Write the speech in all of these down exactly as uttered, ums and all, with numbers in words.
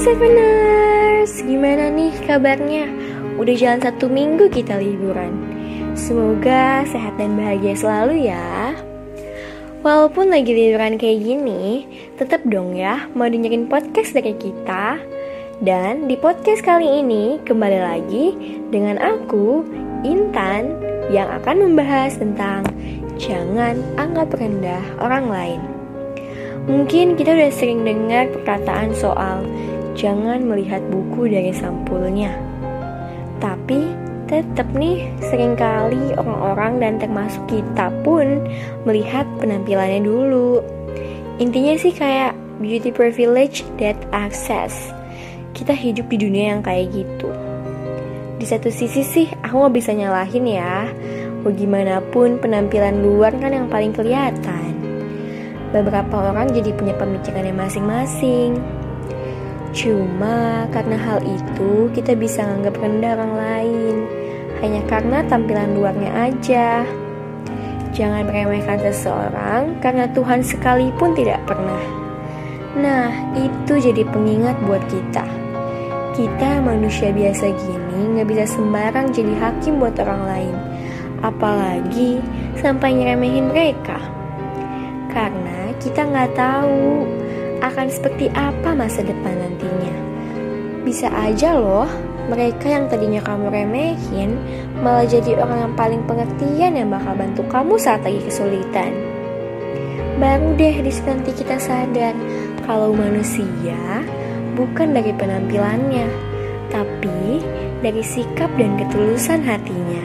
Seveners, gimana nih kabarnya? Udah jalan satu minggu kita liburan. Semoga sehat dan bahagia selalu ya. Walaupun lagi liburan kayak gini, tetap dong ya mau dengerin podcast dari kita. Dan di podcast kali ini kembali lagi dengan aku, Intan, yang akan membahas tentang jangan anggap rendah orang lain. Mungkin kita udah sering dengar perkataan soal jangan melihat buku dari sampulnya. Tapi tetap nih seringkali orang-orang dan termasuk kita pun melihat penampilannya dulu. Intinya sih kayak beauty privilege that access. Kita hidup di dunia yang kayak gitu. Di satu sisi sih aku gak bisa nyalahin ya. Bagaimanapun penampilan luar kan yang paling kelihatan. Beberapa orang jadi punya pemikirannya masing-masing. Cuma karena hal itu kita bisa nganggap rendah orang lain hanya karena tampilan luarnya aja. Jangan meremehkan seseorang karena Tuhan sekalipun tidak pernah. Nah, itu jadi pengingat buat kita. Kita manusia biasa gini gak bisa sembarang jadi hakim buat orang lain. Apalagi sampai nyeremehin mereka. Karena kita gak tahu akan seperti apa masa depan nantinya. Bisa aja loh, mereka yang tadinya kamu remehin malah jadi orang yang paling pengertian yang bakal bantu kamu saat lagi kesulitan. Baru deh di nanti kita sadar kalau manusia bukan dari penampilannya, tapi dari sikap dan ketulusan hatinya.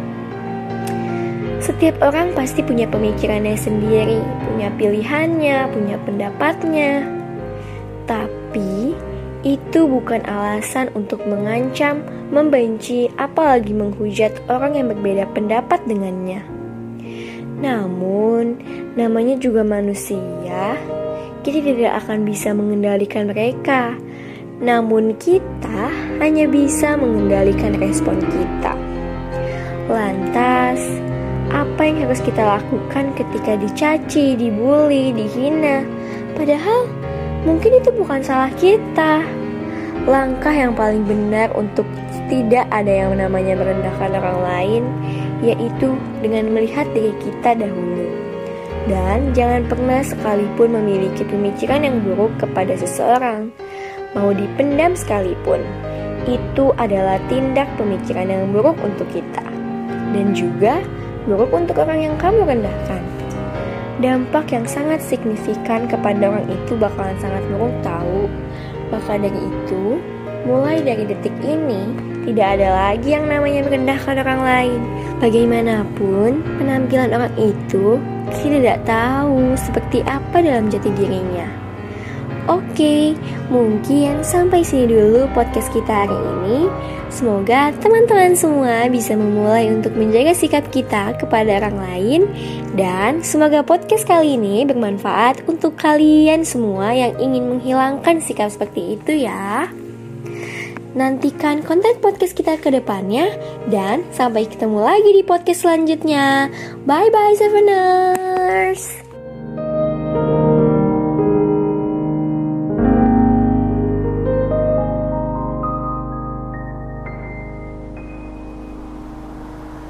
Setiap orang pasti punya pemikirannya sendiri, punya pilihannya, punya pendapatnya. Tapi itu bukan alasan untuk mengancam, membenci, apalagi menghujat orang yang berbeda pendapat dengannya. Namun, namanya juga manusia, kita tidak akan bisa mengendalikan mereka. Namun kita hanya bisa mengendalikan respon kita. Lantas, apa yang harus kita lakukan ketika dicaci, dibully, dihina? Padahal mungkin itu bukan salah kita. Langkah yang paling benar untuk tidak ada yang namanya merendahkan orang lain, yaitu dengan melihat diri kita dahulu. Dan jangan pernah sekalipun memiliki pemikiran yang buruk kepada seseorang. Mau dipendam sekalipun, itu adalah tindak pemikiran yang buruk untuk kita. Dan juga buruk untuk orang yang kamu rendahkan. Dampak yang sangat signifikan kepada orang itu bakalan sangat buruk tahu. Maka dari itu, mulai dari detik ini, tidak ada lagi yang namanya merendahkan orang lain. Bagaimanapun penampilan orang itu, kita tidak tahu seperti apa dalam jati dirinya. Oke, mungkin sampai sini dulu podcast kita hari ini. Semoga teman-teman semua bisa memulai untuk menjaga sikap kita kepada orang lain. Dan semoga podcast kali ini bermanfaat untuk kalian semua yang ingin menghilangkan sikap seperti itu ya. Nantikan konten podcast kita ke depannya. Dan sampai ketemu lagi di podcast selanjutnya. Bye-bye Seveners.